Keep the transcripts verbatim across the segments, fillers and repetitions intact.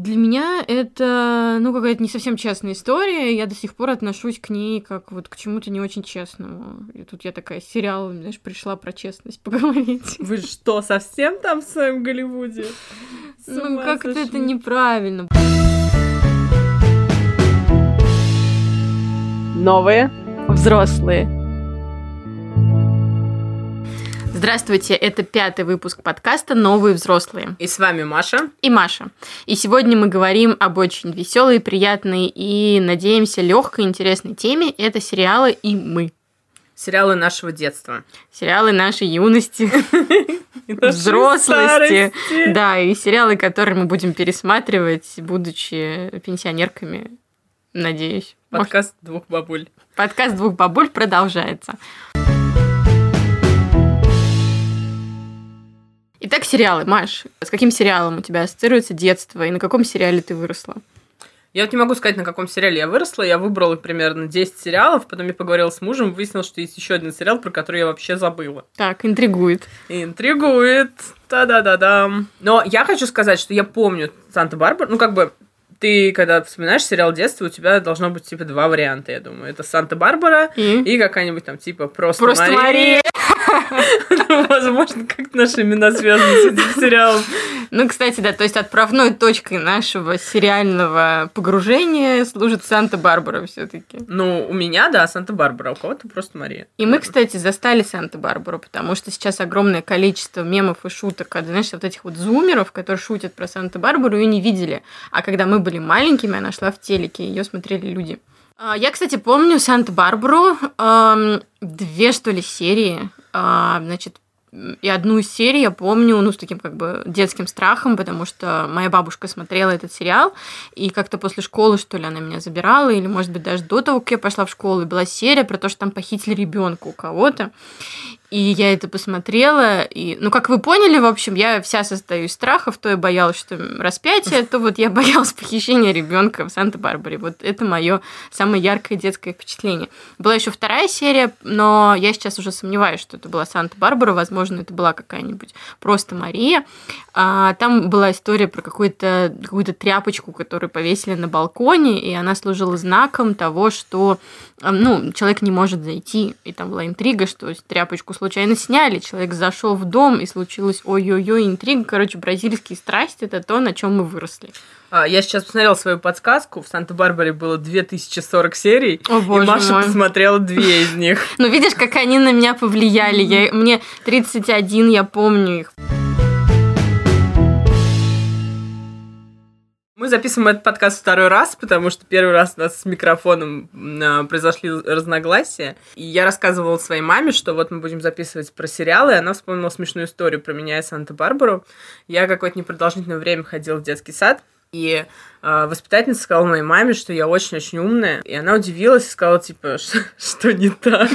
Для меня это, ну, какая-то не совсем честная история. Я до сих пор отношусь к ней как вот к чему-то не очень честному. И тут я такая с сериалами, знаешь, пришла про честность поговорить. Вы что, совсем там в своем Голливуде? Ну, как-то это неправильно. Новые взрослые. Здравствуйте, это пятый выпуск подкаста «Новые взрослые». И с вами Маша. И Маша. И сегодня мы говорим об очень веселой, приятной и, надеемся, легкой, интересной теме. Это сериалы и мы. Сериалы нашего детства. Сериалы нашей юности. Взрослости. Да, и сериалы, которые мы будем пересматривать, будучи пенсионерками, надеюсь. Подкаст двух бабуль. Подкаст двух бабуль продолжается. Итак, сериалы. Маш, с каким сериалом у тебя ассоциируется детство и на каком сериале ты выросла? Я вот не могу сказать, на каком сериале я выросла. Я выбрала примерно десять сериалов, потом я поговорила с мужем, выяснила, что есть еще один сериал, про который я вообще забыла. Так, интригует. Интригует. Та-да-да-дам. Но я хочу сказать, что я помню Санта-Барбару. Ну, как бы, ты, когда вспоминаешь сериал детства, у тебя должно быть, типа, два варианта, я думаю. Это Санта-Барбара и, и какая-нибудь там, типа, Просто, Просто Мария. Мария. Возможно, как наши имена связаны с этим сериалом. Ну, кстати, да, то есть отправной точкой нашего сериального погружения служит Санта-Барбара все-таки. Ну, у меня, да, Санта-Барбара, а у кого-то Просто Мария. И мы, кстати, застали Санта-Барбару, потому что сейчас огромное количество мемов и шуток, когда, знаешь, вот этих вот зумеров, которые шутят про Санта-Барбару, ее не видели. А когда мы были маленькими, она шла в телеке, ее смотрели люди. Я, кстати, помню Санта-Барбару, эм, две, что ли, серии, э, значит, и одну из серий я помню, ну, с таким как бы детским страхом, потому что моя бабушка смотрела этот сериал, и как-то после школы, что ли, она меня забирала, или, может быть, даже до того, как я пошла в школу, и была серия про то, что там похитили ребенка у кого-то. И я это посмотрела, и, ну, как вы поняли, в общем, я вся состою из страхов, то я боялась, что распятие, то вот я боялась похищения ребенка в Санта-Барбаре. Вот это мое самое яркое детское впечатление. Была еще вторая серия, но я сейчас уже сомневаюсь, что это была Санта-Барбара, возможно, это была какая-нибудь Просто Мария. А, там была история про какую-то, какую-то тряпочку, которую повесили на балконе, и она служила знаком того, что, ну, человек не может зайти. И там была интрига, что тряпочку случайно сняли, человек зашел в дом, и случилась ой-ой-ой интрига. Короче, бразильские страсти – это то, на чем мы выросли. А, я сейчас посмотрела свою подсказку. В Санта-Барбаре было две тысячи сорок серий, О, боже и Маша мой. посмотрела две из них. Ну, видишь, как они на меня повлияли. Я, мне тридцать один, я помню их. Мы записываем этот подкаст второй раз, потому что первый раз у нас с микрофоном э, произошли разногласия. И я рассказывала своей маме, что вот мы будем записывать про сериалы, и она вспомнила смешную историю про меня и Санта-Барбару. Я какое-то непродолжительное время ходила в детский сад, и э, воспитательница сказала моей маме, что я очень-очень умная. И она удивилась и сказала, типа, что, что не так.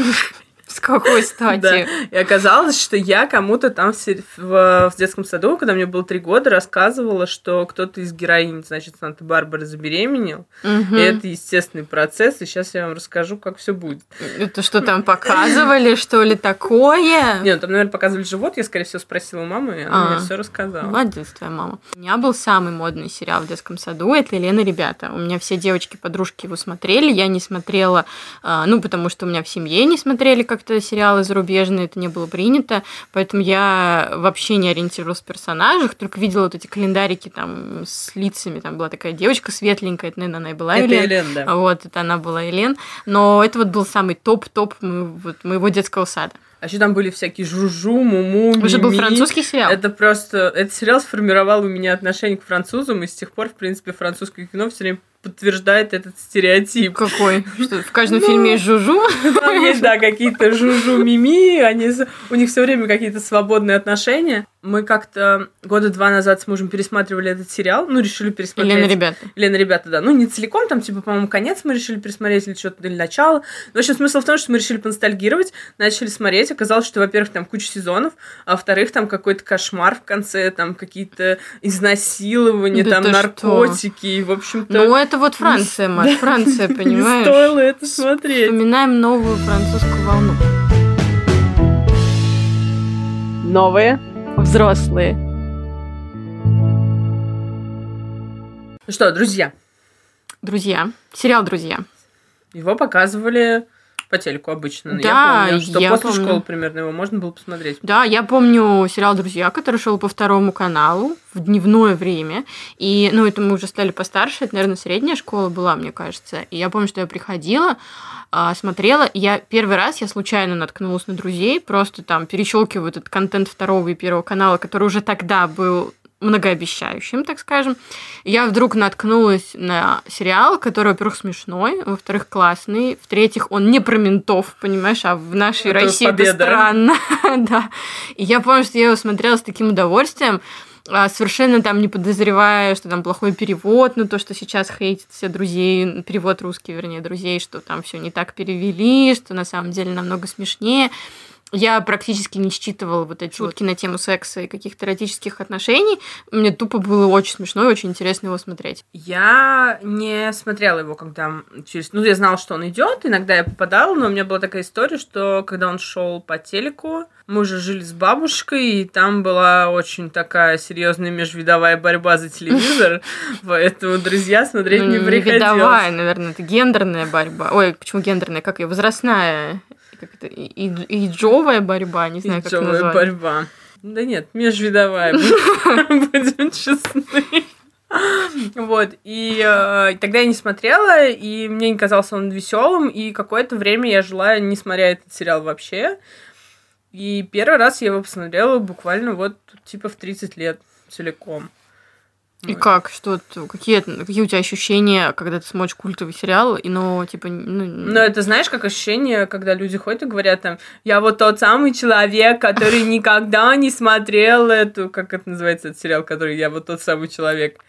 С какой стати? Да. И оказалось, что я кому-то там в, в, в детском саду, когда мне было три года, рассказывала, что кто-то из героинь, значит, Санта-Барбары забеременел. Угу. И это естественный процесс, и сейчас я вам расскажу, как все будет. Это что там показывали, что ли, такое? Нет, ну, там, наверное, показывали живот, я, скорее всего, спросила маму, и она а, мне все рассказала. Молодец твоя мама. У меня был самый модный сериал в детском саду, это «Елена, ребята». У меня все девочки-подружки его смотрели, я не смотрела, ну, потому что у меня в семье не смотрели, как как-то сериалы зарубежные, это не было принято, поэтому я вообще не ориентировалась в персонажах, только видела вот эти календарики там с лицами, там была такая девочка светленькая, это, наверное, она и была это Элен. Элен, да. Вот, это она была Элен, но это вот был самый топ-топ вот, моего детского сада. А еще там были всякие жужу, муму, мими. Уже был французский сериал. Это просто... Этот сериал сформировал у меня отношение к французам, и с тех пор, в принципе, французское кино все время подтверждает этот стереотип. Какой? Что, в каждом ну, фильме есть жужу? Там есть, да, какие-то жужу-мими, они, у них все время какие-то свободные отношения. Мы как-то года два назад с мужем пересматривали этот сериал, ну, решили пересмотреть. Елена, ребята. Елена, ребята, да. Ну, не целиком, там, типа, по-моему, конец мы решили пересмотреть, или что-то, или начало. В общем, смысл в том, что мы решили поностальгировать, начали смотреть. Оказалось, что, во-первых, там куча сезонов, а во-вторых, там какой-то кошмар в конце, там какие-то изнасилования, да там наркотики, и, в общем-то... Ну, это вот Франция, Маш, Франция, понимаешь? Не стоило это смотреть. Вспоминаем новую французскую волну. Новые взрослые. Ну что, «Друзья». «Друзья». Сериал «Друзья». Его показывали по телеку обычно. Да, я помню, что я после помню. школы примерно его можно было посмотреть. Да, я помню сериал «Друзья», который шел по второму каналу в дневное время. И, ну, это мы уже стали постарше, это, наверное, средняя школа была, мне кажется. И я помню, что я приходила, смотрела, и я первый раз я случайно наткнулась на «Друзей», просто там перещелкиваю этот контент второго и первого канала, который уже тогда был многообещающим, так скажем. Я вдруг наткнулась на сериал, который, во-первых, смешной, во-вторых, классный, в-третьих, он не про ментов, понимаешь, а в нашей это России победа. Это странно. Да. И я помню, что я его смотрела с таким удовольствием, совершенно там не подозревая, что там плохой перевод, ну то, что сейчас хейтят все друзей, перевод русский, вернее, друзей, что там все не так перевели, что на самом деле намного смешнее. Я практически не считывала вот эти шутки на тему секса и каких-то эротических отношений. Мне тупо было очень смешно и очень интересно его смотреть. Я не смотрела его, когда через... Ну, я знала, что он идет. Иногда я попадала, но у меня была такая история, что когда он шел по телеку, мы уже жили с бабушкой, и там была очень такая серьезная межвидовая борьба за телевизор. Поэтому, друзья, смотреть не приходилось. Межвидовая, наверное, это гендерная борьба. Ой, почему гендерная? Как ее? Возрастная... Как это, иджовая борьба, не знаю, как это назвать. Иджовая борьба. Да нет, межвидовая, будем честны. Вот, и э, тогда я не смотрела, и мне не казался он веселым, и какое-то время я жила, не смотря этот сериал вообще. И первый раз я его посмотрела буквально вот типа в тридцать лет целиком. И вот. Как? Что какие, какие у тебя ощущения, когда ты смотришь культовый сериал, и, ну, типа... Ну... ну, это знаешь, как ощущение, когда люди ходят и говорят там, я вот тот самый человек, который никогда не смотрел эту... Как это называется, этот сериал, который я вот тот самый человек...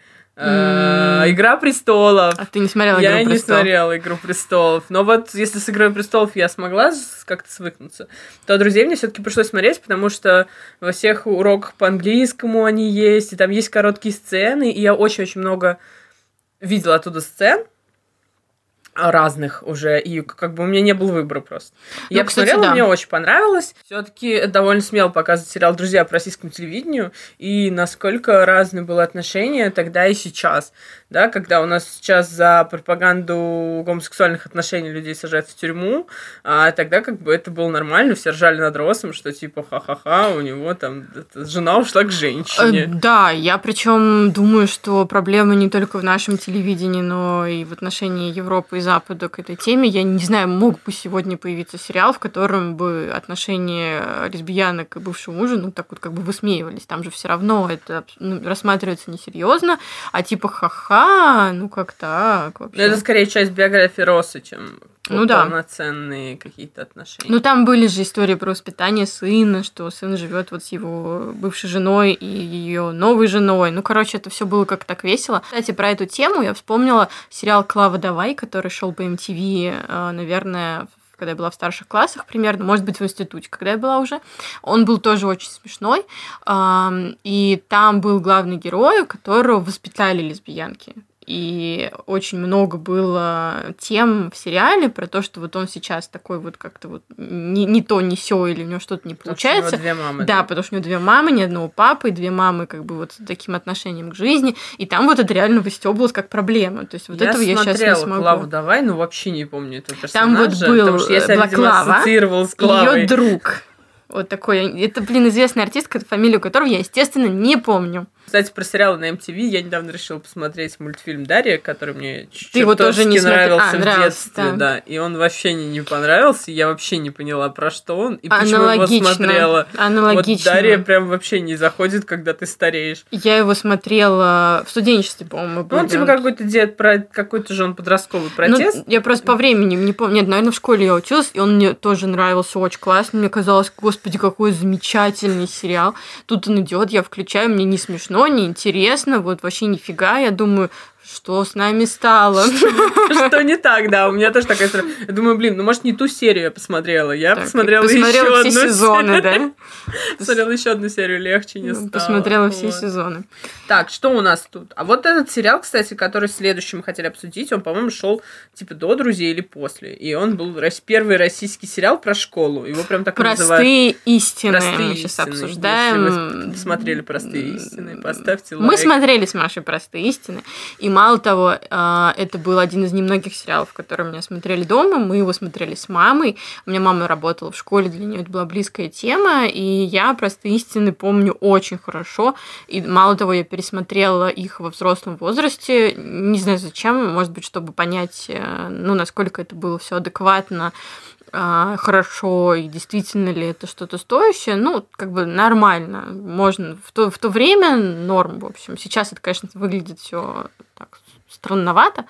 Игра престолов. А ты не смотрела «Игру престолов»? Я не смотрела «Игру престолов». Но вот если с «Игрой престолов» я смогла как-то свыкнуться, то «Друзей» мне все-таки пришлось смотреть, потому что во всех уроках по английскому они есть, и там есть короткие сцены, и я очень-очень много видела оттуда сцен разных уже, и как бы у меня не было выбора просто. Ну, я кстати, посмотрела, да. Мне очень понравилось. Все-таки довольно смело показывать сериал «Друзья» по российскому телевидению, и насколько разное было отношение тогда и сейчас. Да, когда у нас сейчас за пропаганду гомосексуальных отношений людей сажают в тюрьму, а тогда как бы это было нормально, все ржали над Россом, что типа ха-ха-ха, у него там жена ушла к женщине. Да, я причем думаю, что проблема не только в нашем телевидении, но и в отношении Европы и Запада к этой теме. Я не знаю, мог бы сегодня появиться сериал, в котором бы отношения лесбиянок и бывшего мужа, ну, так вот как бы высмеивались. Там же все равно это ну, рассматривается несерьезно, а типа ха-ха, ну как так вообще. Ну, это скорее часть биографии Росса, чем ну, да. полноценные какие-то отношения. Ну, там были же истории про воспитание сына, что сын живет вот с его бывшей женой и ее новой женой. Ну, короче, это все было как-то так весело. Кстати, про эту тему я вспомнила сериал «Клава, давай», который шел по эм ти ви, наверное, когда я была в старших классах примерно, может быть, в институте, когда я была уже. Он был тоже очень смешной. И там был главный герой, которого воспитали лесбиянки. И очень много было тем в сериале про то, что вот он сейчас такой вот как-то вот не, не то, не сё, или у него что-то не получается. Потому что у него две мамы. Да, да, потому что у него две мамы, ни одного папы, и две мамы как бы вот с таким отношением к жизни. И там вот это реально выстёбывалось как проблема. То есть вот я этого я сейчас не смогу. «Клаву, давай», но вообще не помню этого персонажа. Там вот был я себя, была видимо, Клава, ассоциировала с Клавой. Её друг. Вот такой. Это, блин, известный артистка, фамилию которого я, естественно, не помню. Кстати, про сериалы на эм ти ви я недавно решила посмотреть мультфильм «Дарья», который мне Ты его тоже не нравился а, в нравился, детстве, да. да. И он вообще не, не понравился, я вообще не поняла, про что он, и почему я его смотрела. Аналогично. Вот «Дарья» прям вообще не заходит, когда ты стареешь. Я его смотрела в студенчестве, по-моему, был. Ну, он типа какой-то дед, про какой-то же он подростковый протест. Ну, я просто по времени не помню. Нет, наверное, в школе я училась, и он мне тоже нравился очень классно. Мне казалось, господи, какой замечательный сериал. Тут он идет, я включаю, мне не смешно, не интересно. Вот вообще нифига, я думаю, что с нами стало? Что не так, да, у меня тоже такая история. Я думаю, блин, ну может не ту серию я посмотрела, я так, посмотрела, посмотрела еще все одну сезоны, серию. да? Посмотрела еще одну серию, легче не стало. Посмотрела все вот. сезоны. Так, что у нас тут? А вот этот сериал, кстати, который следующий мы хотели обсудить, он, по-моему, шел типа до «Друзей» или после. И он был первый российский сериал про школу. Его прям так Простые называют. истины. Простые мы сейчас истины. обсуждаем. Если вы смотрели «Простые истины», поставьте лайк. Мы смотрели с Машей «Простые истины», и мало того, это был один из немногих сериалов, которые меня смотрели дома. Мы его смотрели с мамой. У меня мама работала в школе, для нее это была близкая тема. И я просто истины помню очень хорошо. И мало того, я пересмотрела их во взрослом возрасте. Не знаю зачем, может быть, чтобы понять, ну, насколько это было все адекватно, хорошо, и действительно ли это что-то стоящее, ну, как бы нормально. Можно в то, в то время норм, в общем. Сейчас это, конечно, выглядит все так странновато,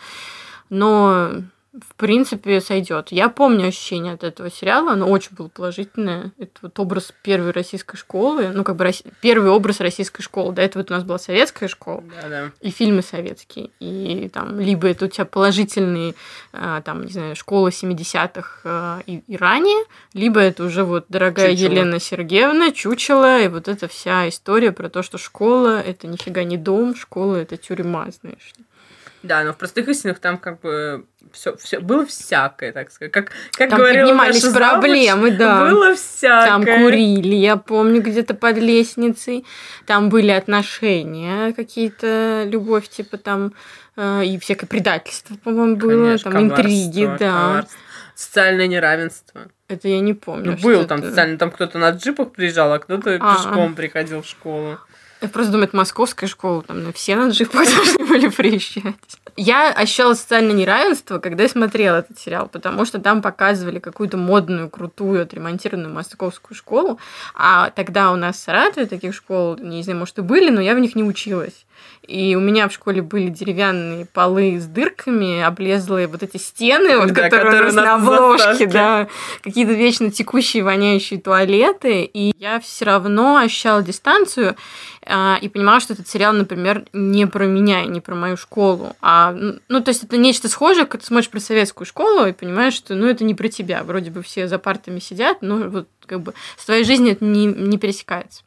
но в принципе сойдет. Я помню ощущение от этого сериала, оно очень было положительное. Это вот образ первой российской школы, ну, как бы рос... первый образ российской школы. До этого вот у нас была советская школа, да-да, и фильмы советские. И там либо это у тебя положительные, там, не знаю, школа семидесятых и, и ранее, либо это уже вот дорогая Чучело. Елена Сергеевна, Чучело, и вот эта вся история про то, что школа — это нифига не дом, школа — это тюрьма, знаешь. Да, но в «Простых истинах» там как бы все, все было всякое, так сказать. Как, как там говорила поднимались наша проблемы, завуч, да. было всякое. Там курили, я помню, где-то под лестницей. Там были отношения какие-то, любовь, типа там, э, и всякое предательство, по-моему, было. Конечно, там интриги, да. Коварство. Социальное неравенство. Это я не помню. Ну, был там социальный, там кто-то на джипах приезжал, а кто-то А-а. пешком приходил в школу. Я просто думаю, это московская школа, там все на джипах должны были приезжать. Я ощущала социальное неравенство, когда я смотрела этот сериал, потому что там показывали какую-то модную, крутую, отремонтированную московскую школу, а тогда у нас в Саратове таких школ, не знаю, может, и были, но я в них не училась. И у меня в школе были деревянные полы с дырками, облезлые вот эти стены, вот, да, которые, которые у нас на обложке, да, какие-то вечно текущие, воняющие туалеты. И я все равно ощущала дистанцию э, и понимала, что этот сериал, например, не про меня и не про мою школу. А, ну, то есть это нечто схожее, когда ты смотришь про советскую школу и понимаешь, что ну, это не про тебя. Вроде бы все за партами сидят, но вот как бы с твоей жизнью это не, не пересекается.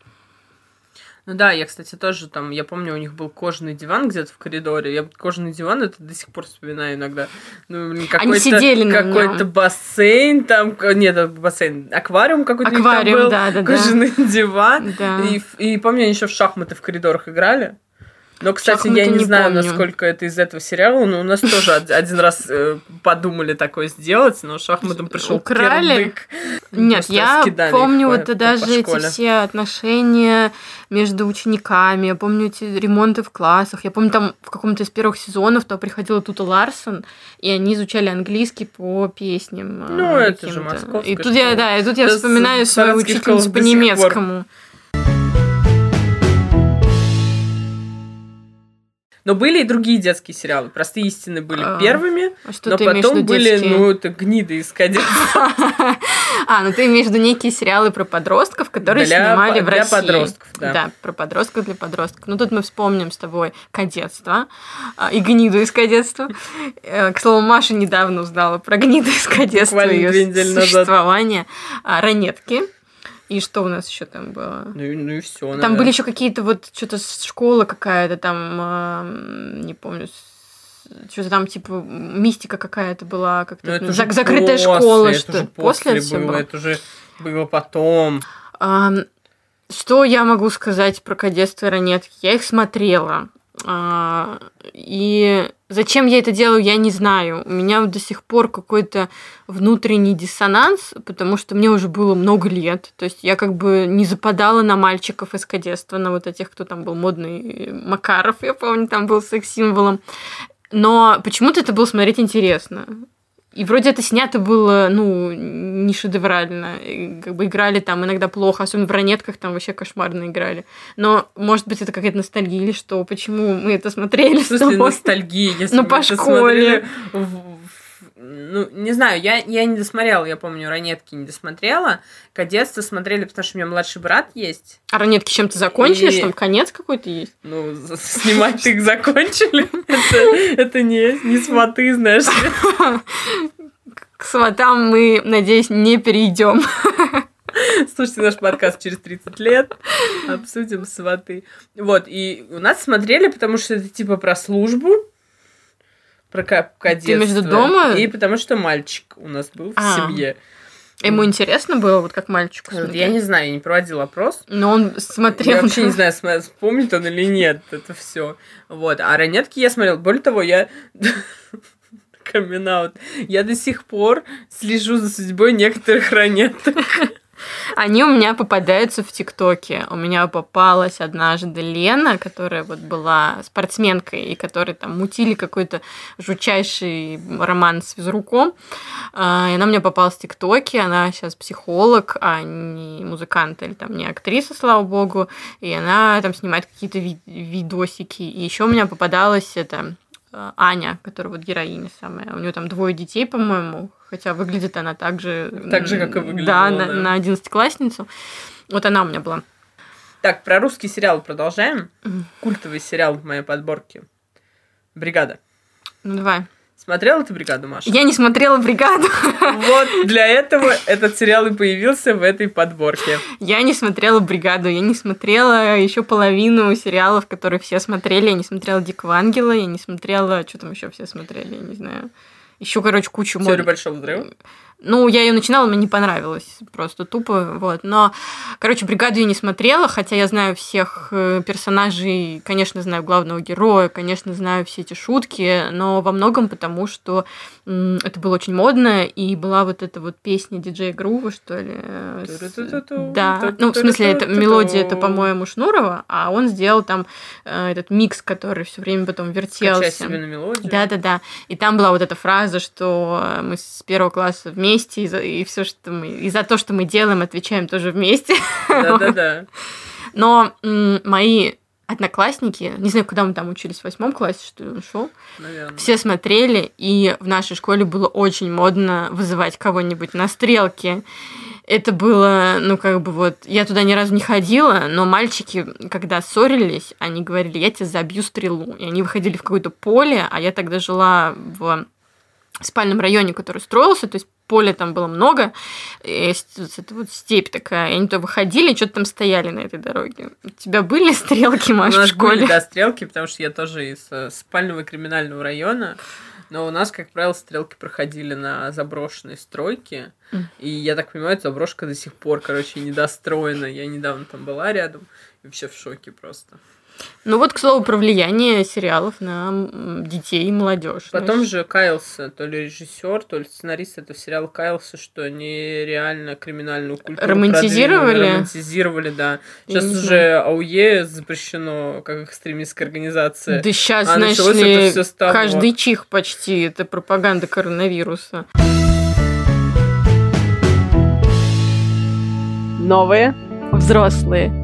Ну да, я, кстати, тоже там, я помню, у них был кожаный диван где-то в коридоре. Я кожаный диван, это до сих пор вспоминаю иногда. Ну, какой-то, Они сидели на какой-то бассейн там, нет, бассейн, аквариум какой-то аквариум, там был, да, да, кожаный да. диван. Да. И, и помню, они еще в шахматы в коридорах играли. Но, кстати, Шахматы я не, не знаю, помню. насколько это из этого сериала, но у нас тоже один раз подумали такое сделать, но шахматам пришел кирдык. Нет, я помню вот даже эти все отношения между учениками, я помню эти ремонты в классах, я помню там в каком-то из первых сезонов то приходила Тута Ларсон, и они изучали английский по песням. Ну, это же московская И тут я, да, и тут я вспоминаю свою учительницу по немецкому. Но были и другие детские сериалы. «Простые истины» были а, первыми, а что но ты потом были, детские? ну, это гниды из кадетства. А, ну ты имеешь в виду некие сериалы про подростков, которые для, снимали в для России. Для подростков, да. Да, про подростков для подростков. Ну тут мы вспомним с тобой «Кадетство» и «Гниду из кадетства». К слову, Маша недавно узнала про «Гниду из кадетства» и ее существование. «Ранетки». И что у нас еще там было? Ну, ну и все. Там наверное. были еще какие-то вот что-то школа какая-то там, э, не помню, что-то там типа мистика какая-то была, как-то ну, зак- закрытая после, школа, это что же после, после было, было. Это уже было потом. А, что я могу сказать про «Кадетство» и «Ранетки»? Я их смотрела. А, и зачем я это делаю, я не знаю. У меня до сих пор какой-то внутренний диссонанс, потому что мне уже было много лет. То есть я как бы не западала на мальчиков из «Кадетства», на вот этих, кто там был модный, Макаров, я помню, там был секс-символом. Но почему-то это было смотреть интересно. И вроде это снято было, ну, не шедеврально. И как бы играли там иногда плохо, особенно в «Ранетках» там вообще кошмарно играли. Но, может быть, это какая-то ностальгия или что? Почему мы это смотрели? В смысле ностальгия? Если ну, по школе. Ну, не знаю, я, я не досмотрела, я помню, «Ранетки» не досмотрела. «Кадетство» смотрели, потому что у меня младший брат есть. А «Ранетки» чем-то закончили, и... что там конец какой-то есть? Ну, снимать их закончили. Это не «Сваты», знаешь. К «Сватам» мы, надеюсь, не перейдем. Слушайте наш подкаст через тридцать лет, обсудим «Сваты». Вот, и у нас смотрели, потому что это типа про службу, про кадетство. Ты между дома? И потому что мальчик у нас был в а. семье. Ему интересно было, вот как мальчику смотреть? Я не знаю, я не проводила опрос. Но он смотрел. Я вообще не знаю, вспомнит он или нет это все. Вот. А ранетки я смотрела. Более того, я... Камин-аут. Я до сих пор слежу за судьбой некоторых ранеток. Они у меня попадаются в ТикТоке. У меня попалась однажды Лена, которая вот была спортсменкой, и которой там мутили какой-то жутчайший роман с физруком. И она у меня попалась в ТикТоке. Она сейчас психолог, а не музыкант или там не актриса, слава богу. И она там снимает какие-то ви- видосики. И еще у меня попадалась это... Аня, которая вот героиня самая. У нее там двое детей, по-моему, хотя выглядит она так же... Так же, как и выглядела, да. да. На, на одиннадцатиклассницу. Вот она у меня была. Так, про русский сериал продолжаем. Mm. Культовый сериал в моей подборке. «Бригада». Ну, давай. Смотрела ты «Бригаду», Маша? Я не смотрела «Бригаду». Вот для этого этот сериал и появился в этой подборке. Я не смотрела «Бригаду», я не смотрела еще половину сериалов, которые все смотрели. Я не смотрела «Дикого ангела», я не смотрела... Что там еще все смотрели, я не знаю. Еще, короче, кучу... «Теорию большого взрыва». Ну, я ее начинала, мне не понравилось, просто тупо, вот. Но, короче, «Бригаду» я не смотрела, хотя я знаю всех персонажей, конечно, знаю главного героя, конечно, знаю все эти шутки, но во многом потому, что м, это было очень модно, и была вот эта вот песня диджея Грува, что ли. Да, ну, в смысле, это мелодия, это, по-моему, Шнурова, а он сделал там э, этот микс, который все время потом вертелся. Качай себе на мелодию. Да-да-да. И там была вот эта фраза, что мы с первого класса вместе, и, за, и все, что мы, и за то, что мы делаем, отвечаем тоже вместе. Да-да-да. Но м- мои одноклассники, не знаю, куда мы там учились, в восьмом классе, что ли, шел, все смотрели, и в нашей школе было очень модно вызывать кого-нибудь на стрелки. Это было, ну, как бы вот... Я туда ни разу не ходила, но мальчики, когда ссорились, они говорили, я тебе забью стрелу. И они выходили в какое-то поле, а я тогда жила в спальном районе, который строился, то есть поля там было много, это вот степь такая, и они туда выходили, что-то там стояли на этой дороге. У тебя были стрелки, Маша, в школе? У нас были, да, стрелки, потому что я тоже из спального и криминального района, но у нас, как правило, стрелки проходили на заброшенной стройке, mm. и я так понимаю, эта заброшка до сих пор, короче, недостроена. Я недавно там была рядом, и вообще в шоке просто. Ну вот, к слову, про влияние сериалов на детей и молодежь. Потом знаешь? Же каялся то ли режиссер, то ли сценарист этого сериала каялся, что они реально криминальную культуру романтизировали. Романтизировали, да. Сейчас уже знаю. АУЕ запрещено как экстремистская организация. Да сейчас, а знаешь ли, каждый чих почти, это пропаганда коронавируса. Новые взрослые.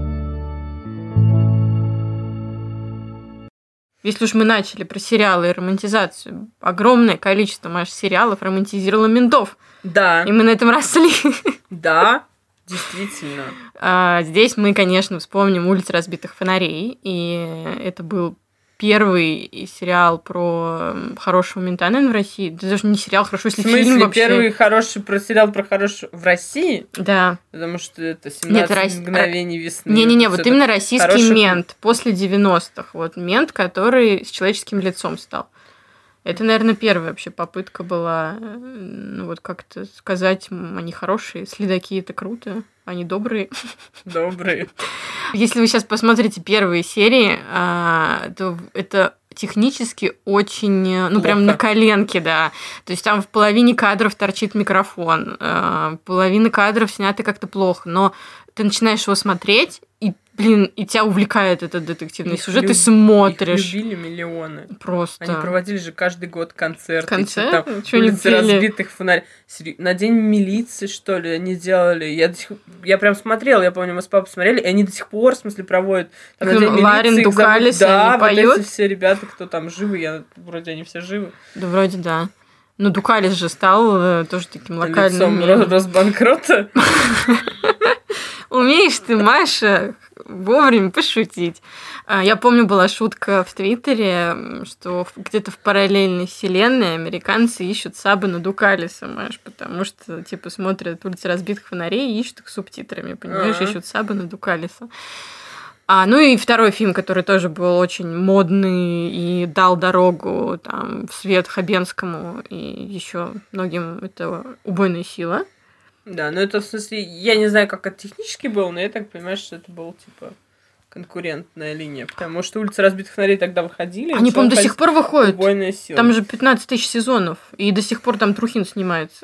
Если уж мы начали про сериалы и романтизацию, огромное количество наших сериалов романтизировало ментов. Да. И мы на этом росли. Да, действительно. А, здесь мы, конечно, вспомним «Улица разбитых фонарей». И это был первый сериал про хорошего мента, наверное, в России. Это даже не сериал, хорошо, если фильм вообще. В смысле, первый хороший про сериал про хорошего в России? Да. Потому что это семнадцать Нет, мгновений весны. Не-не-не, вот именно российский хороший... мент после девяностых. Вот мент, который с человеческим лицом стал. Это, наверное, первая вообще попытка была, ну, вот как-то сказать, они хорошие, следаки это круто, они добрые. Добрые. Если вы сейчас посмотрите первые серии, то это технически очень, ну, плохо. Прям на коленке, да. То есть там в половине кадров торчит микрофон, половина кадров сняты как-то плохо, но ты начинаешь его смотреть, и, блин, и тебя увлекает этот детективный их сюжет, люб... ты смотришь. Их любили миллионы. Просто. Они проводили же каждый год концерты. Концерт? Улицы разбитых фонарей. На День милиции, что ли, они делали. Я, сих... я прям смотрела, я помню, мы с папой смотрели, и они до сих пор, в смысле, проводят. Там, на День Ларин, милиции, Дукалис, да, они вот поют. эти все ребята, кто там живы, я... вроде они все живы. Да, вроде да. Ну, Дукалис же стал тоже таким локальным. Лицом Росбанкрота. Умеешь ты, Маша, вовремя пошутить. Я помню, была шутка в Твиттере, что где-то в параллельной вселенной американцы ищут сабы на Дукалиса, Маш, потому что, типа, смотрят «Улицы разбитых фонарей» и ищут их субтитрами, понимаешь, А-а-а. ищут сабы на Дукалиса. А, ну и второй фильм, который тоже был очень модный и дал дорогу там, в свет Хабенскому и еще многим, это «Убойная сила». Да, ну это в смысле, я не знаю, как это технически было, но я так понимаю, что это был типа конкурентная линия, потому что «Улица разбитых фонарей» тогда выходили. Они, по-моему, до сих пор выходят. «Убойная сила». Там же пятнадцать тысяч сезонов, и до сих пор там Трухин снимается.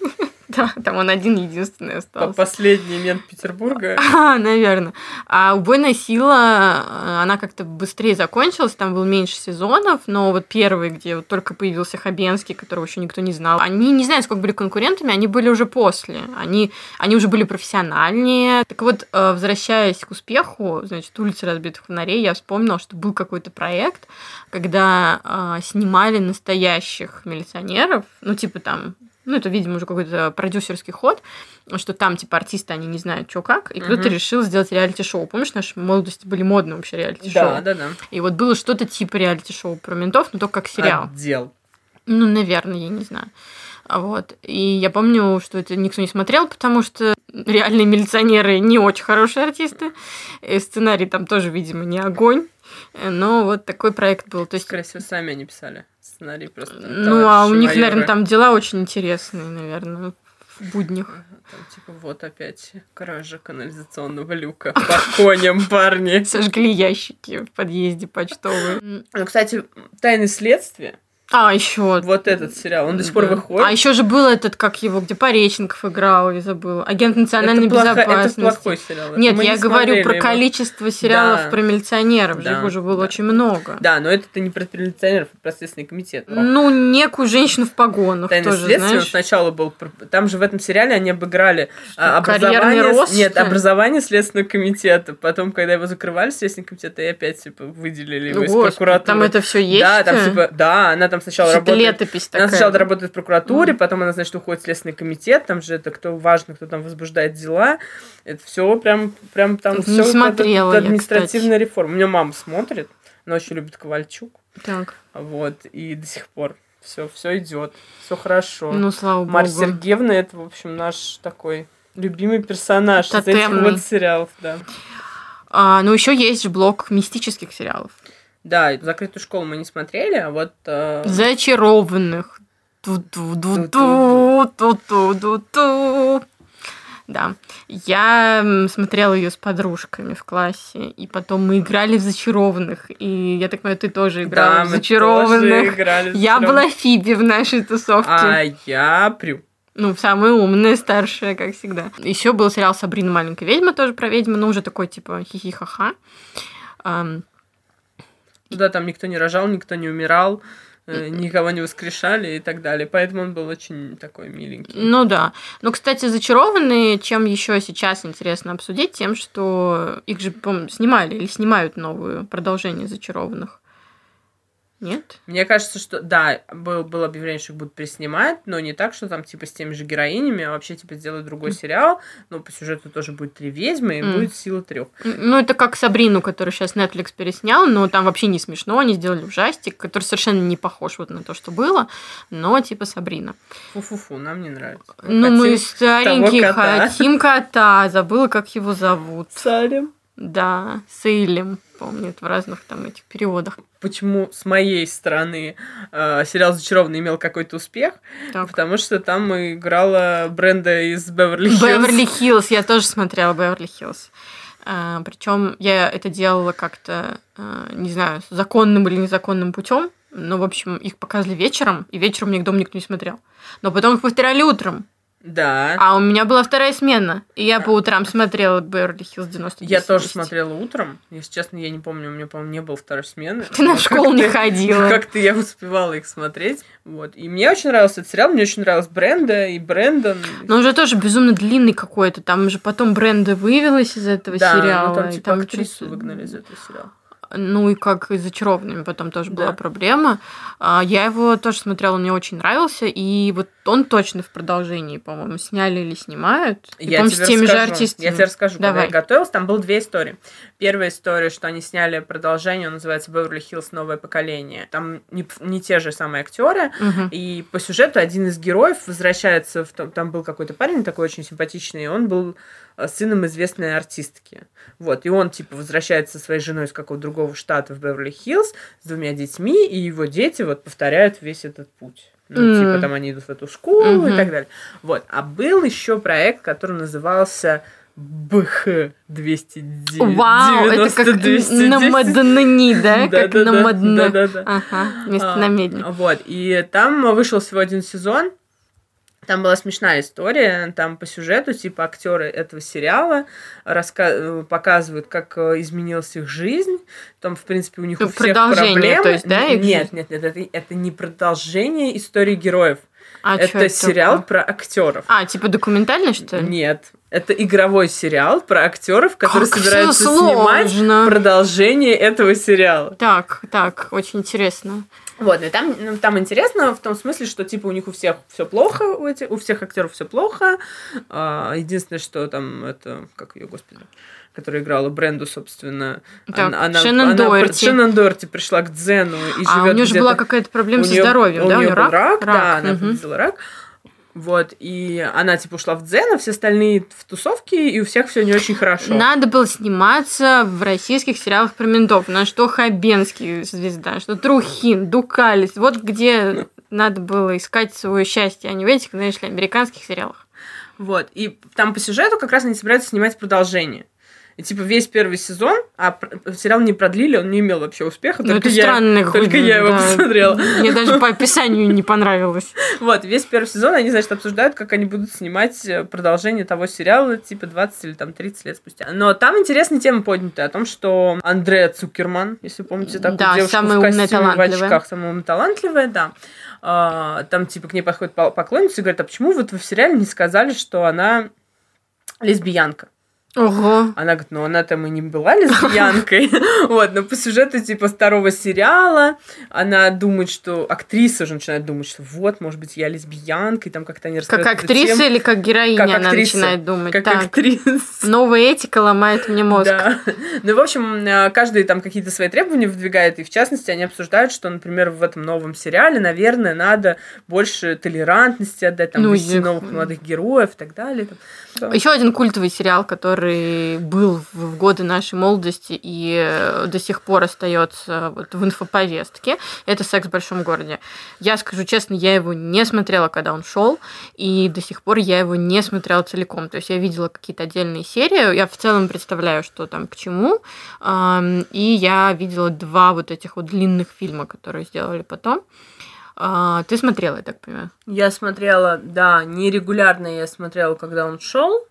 Да, там он один единственный остался. Последний мент Петербурга. А, наверное. А «Убойная сила», она как-то быстрее закончилась, там было меньше сезонов, но вот первый, где вот только появился Хабенский, которого еще никто не знал, они, не знаю, сколько были конкурентами, они были уже после. Они, они уже были профессиональнее. Так вот, возвращаясь к успеху, значит, «Улица разбитых фонарей», я вспомнила, что был какой-то проект, когда э, снимали настоящих милиционеров, ну, типа там... Ну, это, видимо, уже какой-то продюсерский ход, что там, типа, артисты, они не знают, что как, и кто-то uh-huh. решил сделать реалити-шоу. Помнишь, в нашей молодости были модные вообще реалити-шоу? Да, да, да. И вот было что-то типа реалити-шоу про ментов, но только как сериал. Отдел. Ну, наверное, я не знаю. Вот. И я помню, что это никто не смотрел, потому что реальные милиционеры не очень хорошие артисты. И сценарий там тоже, видимо, не огонь. Но вот такой проект был. То есть... Скорее всего, сами они писали сценарий просто. Ну, а у них, майоры. Наверное, там дела очень интересные, наверное, в буднях. Там, типа, вот опять кража канализационного люка по коням, парни. Сожгли ящики в подъезде почтовые. Ну, кстати, «Тайны следствия». А, еще. Вот этот сериал, он до сих пор да. выходит. А еще же был этот, как его, где Пореченков играл, я забыла. Агент национальной это плохо, безопасности. Это плохой сериал. Нет, Мы я не говорю про его. количество сериалов да. про милиционеров. Да. Их уже было да. очень много. Да, но это не про милиционеров, а про Следственный комитет. Ну, некую женщину в погонах «Тайны тоже, следствия», знаешь. он сначала был... Там же в этом сериале они обыграли что, образование... рост, Нет, образование Следственного комитета. Потом, когда его закрывали, Следственный комитет, и опять, типа, выделили его Господи, из прокуратуры. Там это все есть? Да, там, типа, да, она там сначала что-то работает... Летопись она такая. сначала работает в прокуратуре, mm. потом она, значит, уходит в Следственный комитет, там же это кто важно, кто там возбуждает дела. Это все прям, прям там не все смотрела это, это административная я, реформа. У меня мама смотрит, она очень любит Ковальчук. Так. Вот, и до сих пор все, все идет, все хорошо. Ну, слава богу. Марья Сергеевна это, в общем, наш такой любимый персонаж из этих вот сериалов, да. А, ну, еще есть же блок мистических сериалов. Да, «Закрытую школу» мы не смотрели, а вот... Э... «Зачарованных». Ту-ту-ду-ту-ту-ту-ту-ту. Да. Я смотрела ее с подружками в классе, и потом мы играли в «Зачарованных». И я так понимаю, ты тоже играла да, в «Зачарованных». Мы тоже играли в я была Фиби в нашей тусовке. А я Прю. Ну, самая умная, старшая, как всегда. Еще был сериал «Сабрина маленькая ведьма», тоже про ведьму, но уже такой, типа, хихи-ха-ха. Да, там никто не рожал, никто не умирал, никого не воскрешали и так далее. Поэтому он был очень такой миленький. Ну да. Ну, кстати, «Зачарованные», чем еще сейчас интересно обсудить, тем, что их же, по-моему, снимали или снимают новое продолжение «Зачарованных». Нет? Мне кажется, что да, был, было объявление, что их будут переснимать, но не так, что там типа с теми же героинями, а вообще типа сделают другой mm. сериал, но по сюжету тоже будет три ведьмы и mm. будет «Сила трех». Ну, это как «Сабрину», которую сейчас Netflix переснял, но там вообще не смешно, они сделали ужастик, который совершенно не похож вот на то, что было, но типа «Сабрина». Фу-фу-фу, нам не нравится. Мы ну, мы старенькие кота. хотим кота, забыла, как его зовут. Салем. Да, Сейлем, помню, в разных там этих переводах. Почему с моей стороны э, сериал «Зачарованный» имел какой-то успех? Так. Потому что там играла Бренда из «Беверли-Хиллз». «Беверли-Хиллз», я тоже смотрела «Беверли-Хиллз». А, причем я это делала как-то, а, не знаю, законным или незаконным путем. Но, в общем, их показывали вечером, и вечером мне дома никто не смотрел. Но потом их повторяли утром. Да. А у меня была вторая смена, и я по утрам смотрела «Беверли-Хиллз» девяносто Я тоже смотрела утром. Если честно, я не помню, у меня, по-моему, не было второй смены. Ты на школу не ходила. Как-то я успевала их смотреть. Вот. И мне очень нравился этот сериал, мне очень нравилась Бренда и Брэндон. Но он же тоже безумно длинный какой-то. Там же потом Бренда вывелась из этого да, сериала. Да, ну там типа там актрису выгнали из этого сериала. Ну и как и с «Зачарованными» потом тоже да. была проблема. Я его тоже смотрела, он мне очень нравился. И вот он точно в продолжении, по-моему, сняли или снимают. И, я тебе с теми расскажу. же артистами. Я тебе расскажу, Давай. Когда я готовилась, там было две истории. Первая история, что они сняли продолжение, он называется «Беверли-Хиллз. Новое поколение». Там не, не те же самые актеры. Угу. И по сюжету один из героев возвращается, в том, там был какой-то парень такой очень симпатичный, и он был сыном известной артистки. Вот, и он, типа, возвращается со своей женой из какого-то другого штата в Беверли-Хиллз с двумя детьми, и его дети вот повторяют весь этот путь. Ну, mm. типа, там они идут в эту школу mm-hmm. и так далее. Вот, а был еще проект, который назывался бэ ха двести девяносто. Вау, это как на Мадонни, да? Как на Мадонни. Да-да-да. Ага, вместо на медне. Вот, и там вышел всего один сезон. Там была смешная история, там по сюжету, типа, актеры этого сериала раска... показывают, как изменилась их жизнь, там, в принципе, у них у всех проблемы. То есть, да, нет, нет, нет, это, это не продолжение истории героев. А это это сериал такое? Про актеров. А, типа документальный, что ли? Нет. Это игровой сериал про актеров, которые как собираются сложно. снимать продолжение этого сериала. Так, так, очень интересно. Вот, и там, ну, там интересно в том смысле, что типа у них у всех все плохо, у, этих, у всех актеров все плохо. А, единственное, что там это, как ее, господи, которая играла Бренду, собственно, так, она, Шеннон она, Доерти. Шеннон Доерти пришла к Дзену и живет. А у нее же была какая-то проблема со здоровьем, да? У нее был рак, рак, рак. да, она угу. победила рак. Вот, и она, типа, ушла в дзен, а все остальные в тусовке, и у всех все не очень хорошо. Надо было сниматься в российских сериалах про ментов. На что Хабенский звезда, что Трухин, Дукалис. Вот где надо было искать свое счастье, а не в этих, знаешь ли, американских сериалах. Вот, и там по сюжету как раз они собираются снимать продолжение. И, типа, весь первый сезон, а сериал не продлили, он не имел вообще успеха, ну, только, это я, странно, только я его да. посмотрела. Мне даже по описанию не понравилось. Вот, весь первый сезон они, значит, обсуждают, как они будут снимать продолжение того сериала, типа, двадцать или там тридцать лет спустя. Но там интересные темы подняты о том, что Андреа Цукерман, если помните, такую да, девушку в костюме, в очках, самая умная, талантливая, да. А, там, типа, к ней подходит поклонница и говорит, а почему вот вы в сериале не сказали, что она лесбиянка? Ого. Она говорит, ну она там и не была лесбиянкой. Вот, но по сюжету типа второго сериала она думает, что актриса уже начинает думать, что вот, может быть, я лесбиянка, и там как-то они рассказывают. Как актриса или как героиня как она актриса, начинает думать? Как так. актриса. Новая этика ломает мне мозг. Да. Ну, в общем, каждый там какие-то свои требования выдвигает, и в частности они обсуждают, что, например, в этом новом сериале, наверное, надо больше толерантности отдать, там, ну, ввести новых молодых героев и так далее. Там. Еще один культовый сериал, который был в годы нашей молодости и до сих пор остается вот в инфоповестке, это «Секс в большом городе». Я скажу честно, я его не смотрела, когда он шел, и до сих пор я его не смотрела целиком. То есть я видела какие-то отдельные серии, я в целом представляю, что там к чему, и я видела два вот этих вот длинных фильма, которые сделали потом. Ты смотрела, я так понимаю? Я смотрела, да, нерегулярно я смотрела, когда он шел.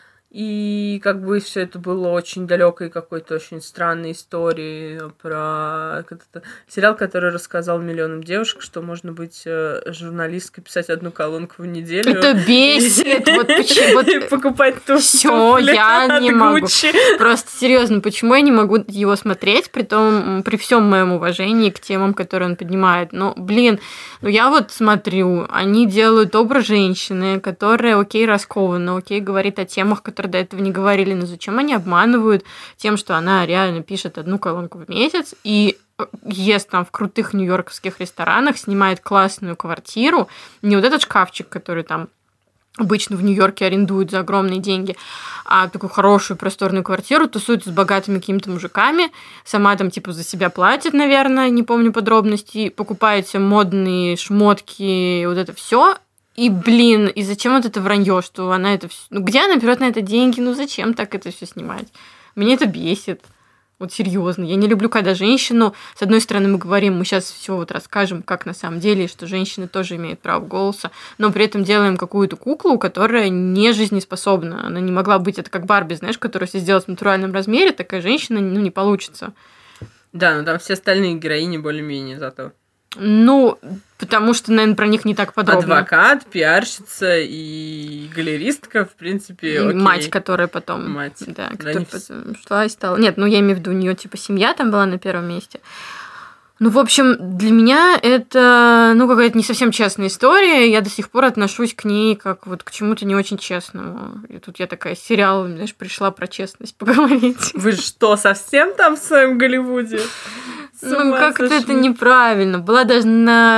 И как бы все это было очень далекой какой-то очень странной историей про этот сериал, который рассказал миллионам девушек, что можно быть журналисткой, писать одну колонку в неделю. Это бесит! Вот почему... И покупать туфли. Всё, я не могу. Просто серьезно, почему я не могу его смотреть, при том, при всем моем уважении к темам, которые он поднимает? Ну, блин, ну я вот смотрю, они делают образ женщины, которая, окей, раскована, окей, говорит о темах, которые до этого не говорили, но зачем они обманывают тем, что она реально пишет одну колонку в месяц и ест там в крутых нью-йоркских ресторанах, снимает классную квартиру, не вот этот шкафчик, который там обычно в Нью-Йорке арендуют за огромные деньги, а такую хорошую просторную квартиру, тусуется с богатыми какими-то мужиками, сама там типа за себя платит, наверное, не помню подробностей, покупает себе модные шмотки, вот это все. И, блин, и зачем вот это вранье, что она это все... Ну, где она берет на это деньги? Ну, зачем так это все снимать? Меня это бесит. Вот серьезно. Я не люблю, когда женщину... С одной стороны, мы говорим, мы сейчас все вот расскажем, как на самом деле, что женщины тоже имеют право голоса, но при этом делаем какую-то куклу, которая не жизнеспособна. Она не могла быть... Это как Барби, знаешь, которую если сделать в натуральном размере, такая женщина, ну, не получится. Да, но там все остальные героини более-менее зато. Ну, потому что, наверное, про них не так подробно. Адвокат, пиарщица и галеристка, в принципе, и окей. Мать, которая потом... Мать. Да, да которая не... потом шла и стала... Нет, ну, я имею в виду, у нее типа семья там была на первом месте. Ну, в общем, для меня это, ну, какая-то не совсем честная история. Я до сих пор отношусь к ней как вот к чему-то не очень честному. И тут я такая сериал, знаешь, пришла про честность поговорить. Вы что, совсем там в своем Голливуде? Ну, как-то это неправильно. Была даже на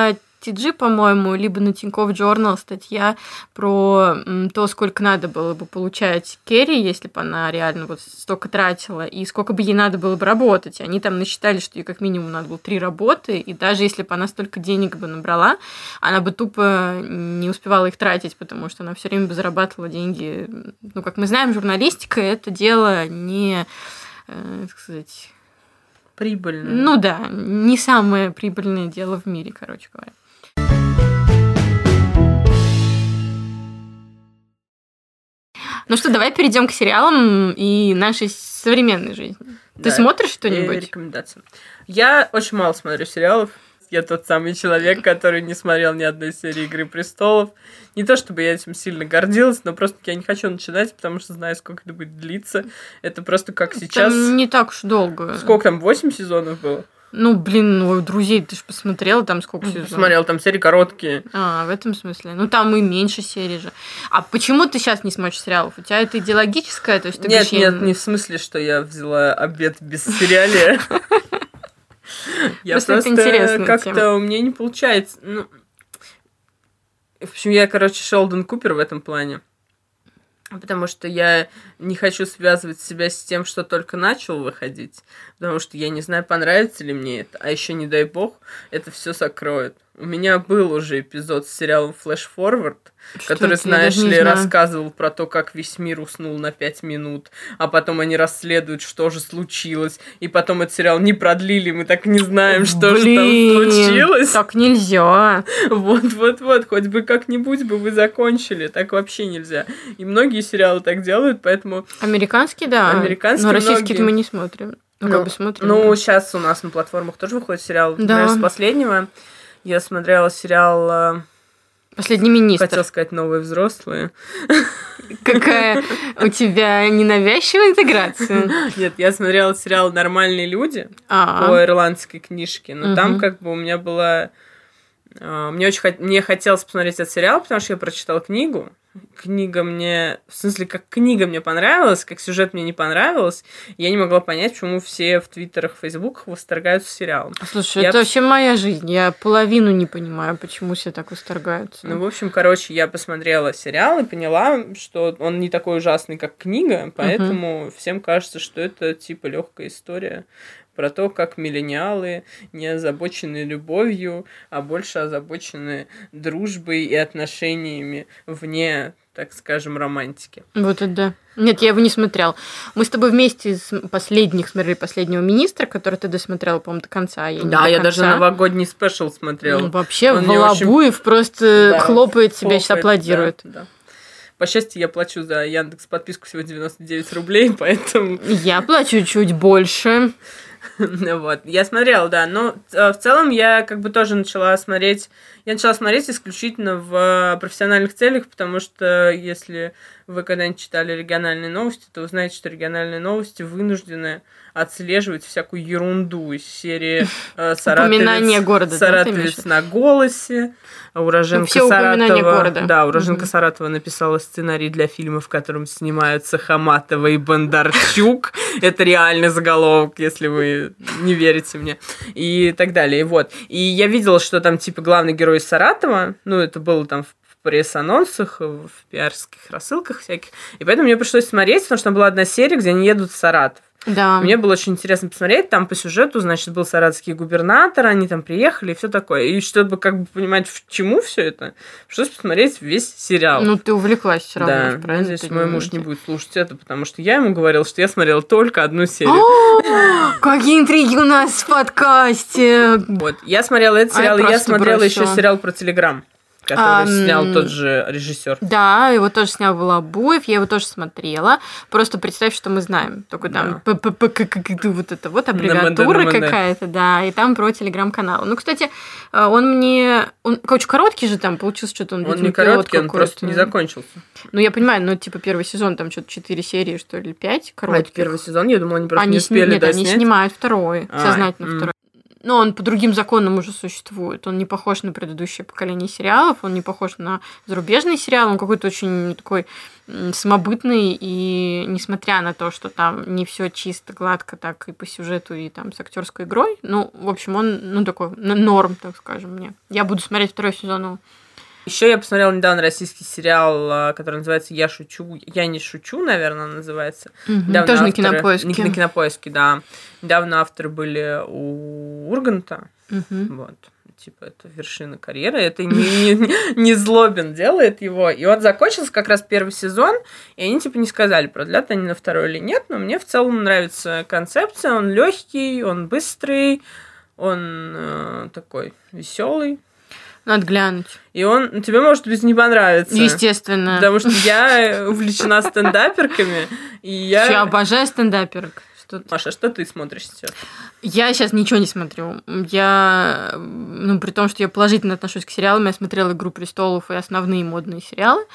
Ти Джи, по-моему, либо на Тинькофф Journal статья про то, сколько надо было бы получать Керри, если бы она реально вот столько тратила, и сколько бы ей надо было бы работать. Они там насчитали, что ей как минимум надо было три работы, и даже если бы она столько денег бы набрала, она бы тупо не успевала их тратить, потому что она все время бы зарабатывала деньги. Ну, как мы знаем, журналистика — это дело не, э, так сказать... Прибыльное. Ну да, не самое прибыльное дело в мире, короче говоря. Ну что, давай перейдем к сериалам и нашей современной жизни. Да, Ты смотришь что-нибудь? Рекомендации. Я очень мало смотрю сериалов. Я тот самый человек, который не смотрел ни одной серии «Игры престолов». Не то чтобы я этим сильно гордилась, но просто я не хочу начинать, потому что знаю, сколько это будет длиться. Это просто как сейчас... Там не так уж долго. Сколько там, восемь сезонов было? Ну, блин, ну, «Друзей» ты же посмотрела, там сколько сезонов? Посмотрел, там серии короткие. А, в этом смысле. Ну, там и меньше серий же. А почему ты сейчас не смотришь сериалов? У тебя это идеологическое? То есть ты нет, говоришь, нет, я... не в смысле, что я взяла обед без сериала. Я просто как-то у меня не получается. Ну, в общем, я, короче, Шелдон Купер в этом плане. Потому что я не хочу связывать себя с тем, что только начал выходить. Потому что я не знаю, понравится ли мне это. А еще, не дай бог, это все сокроет. У меня был уже эпизод с сериалом Flash Forward, что который, это? Знаешь ли, рассказывал про то, как весь мир уснул на пять минут, а потом они расследуют, что же случилось, и потом этот сериал не продлили, мы так не знаем, что Блин, же там случилось. Так нельзя. Вот-вот-вот, хоть бы как-нибудь бы вы закончили, так вообще нельзя. И многие сериалы так делают, поэтому... Американские, да. Американские, но российские мы не смотрим. Ну, ну, как бы смотрим. Ну, да. Сейчас у нас на платформах тоже выходит сериал. Да. Наверное, с последнего. Я смотрела сериал... «Последний министр». Хотела сказать «Новые взрослые». Какая у тебя ненавязчивая интеграция. Нет, я смотрела сериал «Нормальные люди» А-а. по ирландской книжке. Но угу. там как бы у меня была... Мне очень хот... мне хотелось посмотреть этот сериал, потому что я прочитала книгу. Книга мне... В смысле, как книга мне понравилась, как сюжет мне не понравилось. Я не могла понять, почему все в твиттерах, фейсбуках восторгаются сериалом. Слушай, я... это вообще моя жизнь. Я половину не понимаю, почему все так восторгаются. Ну, в общем, короче, я посмотрела сериал и поняла, что он не такой ужасный, как книга, поэтому uh-huh. всем кажется, что это типа легкая история про то, как миллениалы не озабочены любовью, а больше озабочены дружбой и отношениями вне, так скажем, романтики. Вот это да. Нет, я его не смотрел. Мы с тобой вместе с последних смотрели «Последнего министра», который ты досмотрела, по-моему, до конца. Я да, до я конца. даже новогодний спешл смотрела. Ну, вообще, Он Волобуев очень... просто да, хлопает себя, сейчас аплодирует. Да, да. По счастью, я плачу за Яндекс подписку всего девяносто девять рублей, поэтому... Я плачу чуть больше. Вот, я смотрела, да, но в целом я как бы тоже начала смотреть, я начала смотреть исключительно в профессиональных целях, потому что если вы когда-нибудь читали региональные новости, то вы знаете, что региональные новости вынуждены отслеживать всякую ерунду из серии э, «Саратовец, города, Саратовец да, на голосе», уроженка ну, Саратова, города. Да, уроженка угу. Саратова написала сценарий для фильма, в котором снимаются Хаматова и Бондарчук. Это реальный заголовок, если вы не верите мне. И так далее. И вот. И я видела, что там типа главный герой из Саратова, ну, это было там в пресс-анонсах, в пиарских рассылках всяких. И поэтому мне пришлось смотреть, потому что там была одна серия, где они едут в Саратов. Да. Мне было очень интересно посмотреть. Там по сюжету, значит, был саратовский губернатор, они там приехали и все такое. И чтобы как бы понимать, к чему все это, пришлось посмотреть весь сериал. Ну, ты увлеклась все равно. Да, правильно? Надеюсь, мой муж не будет слушать это, потому что я ему говорила, что я смотрела только одну серию. Какие интриги у нас в подкасте! Вот, я смотрела этот сериал, и я смотрела еще сериал про Телеграм, который um, снял тот же режиссер. Да, его тоже снял Волобуев, я его тоже смотрела. Просто представь, что мы знаем. Только там вот это вот аббревиатура какая-то, да, и там про телеграм-канал. Ну, кстати, он мне... Он, короче, короткий же там получился, что-то он... Он не короткий, он просто не закончился. Ну, я понимаю, ну, типа, первый сезон, там что-то четыре серии, что ли, пять коротких. А это первый сезон? Я думала, они просто они не успели Нет, доснять. они снимают второй, сознательно второй. ну, он по другим законам уже существует. Он не похож на предыдущее поколение сериалов, он не похож на зарубежный сериал, он какой-то очень такой самобытный, и несмотря на то, что там не все чисто, гладко, так и по сюжету, и там с актерской игрой, ну, в общем, он, ну, такой норм, так скажем, мне. Я буду смотреть второй сезон. Еще я посмотрела недавно российский сериал, который называется «Я шучу». «Я не шучу», наверное, называется. Угу, тоже авторы... на Кинопоиске. На Кинопоиске, да. Недавно авторы были у Урганта. Угу. Вот. Типа, это вершина карьеры. Это не, не, не Злобин делает его. И он закончился как раз первый сезон, и они, типа, не сказали, продлят они на второй или нет, но мне в целом нравится концепция. Он легкий, он быстрый, он э, такой веселый. Надо глянуть. И он тебе, может быть, не понравится. Естественно. Потому что я увлечена стендаперками, и я... Я обожаю стендаперок. Что... Маша, что ты смотришь сейчас? Я сейчас ничего не смотрю. Я, ну, при том, что я положительно отношусь к сериалам, я смотрела «Игру престолов» и основные модные сериалы.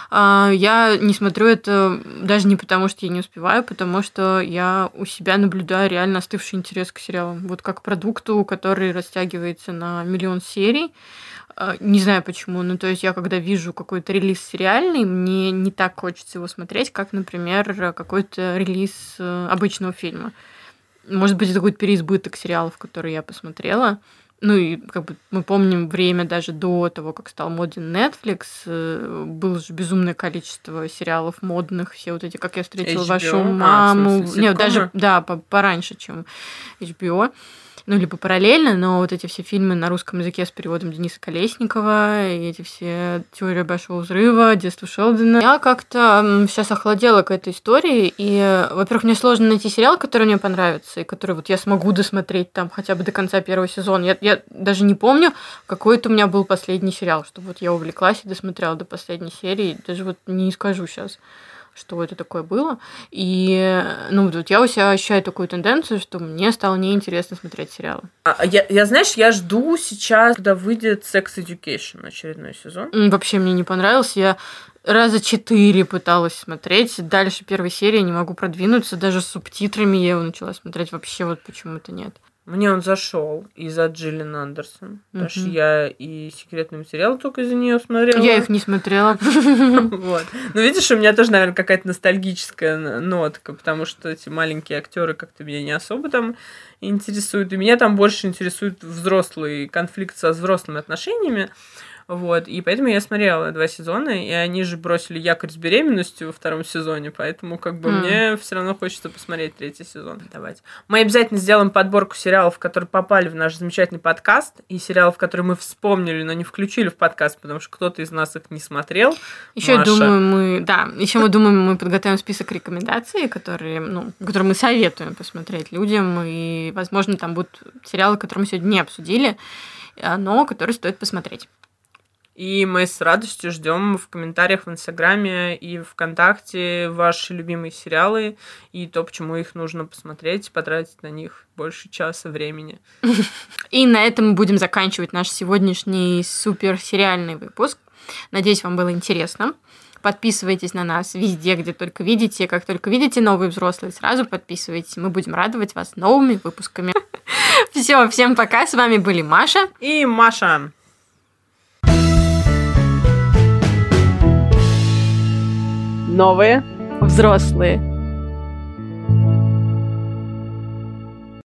Я не смотрю это даже не потому, что я не успеваю, потому что я у себя наблюдаю реально остывший интерес к сериалам. Вот как к продукту, который растягивается на миллион серий. Не знаю почему, ну то есть я когда вижу какой-то релиз сериальный, мне не так хочется его смотреть, как, например, какой-то релиз обычного фильма. Может быть, это какой-то переизбыток сериалов, которые я посмотрела. Ну и как бы мы помним время даже до того, как стал моден Netflix, было же безумное количество сериалов модных, все вот эти, как я встретила эйч би о? Вашу маму. А, смысле, нет, даже, да, пораньше, чем эйч би о. Ну, либо параллельно, но вот эти все фильмы на русском языке с переводом Дениса Колесникова, и эти все «Теория большого взрыва», «Детство Шелдона». Я как-то сейчас охладела к этой истории, и, во-первых, мне сложно найти сериал, который мне понравится, и который вот я смогу досмотреть там хотя бы до конца первого сезона. Я, я даже не помню, какой это у меня был последний сериал, чтобы вот я увлеклась и досмотрела до последней серии, даже вот не скажу сейчас, что это такое было. И, ну, вот я у себя ощущаю такую тенденцию, что мне стало неинтересно смотреть сериалы. А, я, я, знаешь, я жду сейчас, когда выйдет Sex Education очередной сезон. Вообще мне не понравился. Я раза четыре пыталась смотреть. Дальше первой серии не могу продвинуться. Даже с субтитрами я его начала смотреть. Вообще вот почему-то нет. Мне он зашел из-за Джиллин Андерсон. Потому что я и секретные материалы только из-за нее смотрела. Я их не смотрела. Вот. Ну, видишь, у меня тоже, наверное, какая-то ностальгическая нотка, потому что эти маленькие актеры как-то меня не особо там интересуют. И меня там больше интересует взрослый конфликт со взрослыми отношениями. Вот, и поэтому я смотрела два сезона, и они же бросили якорь с беременностью во втором сезоне, поэтому как бы mm. мне все равно хочется посмотреть третий сезон. Давайте. Мы обязательно сделаем подборку сериалов, которые попали в наш замечательный подкаст, и сериалов, которые мы вспомнили, но не включили в подкаст, потому что кто-то из нас их не смотрел. Еще я думаю, мы, да, еще мы думаем, мы подготовим список рекомендаций, которые, ну, которые мы советуем посмотреть людям, и, возможно, там будут сериалы, которые мы сегодня не обсудили, но которые стоит посмотреть. И мы с радостью ждем в комментариях в Инстаграме и ВКонтакте ваши любимые сериалы и то, почему их нужно посмотреть, потратить на них больше часа времени. И на этом мы будем заканчивать наш сегодняшний суперсериальный выпуск. Надеюсь, вам было интересно. Подписывайтесь на нас везде, где только видите. Как только видите новые взрослые, сразу подписывайтесь. Мы будем радовать вас новыми выпусками. Все, всем пока. С вами были Маша и Маша. Новые взрослые.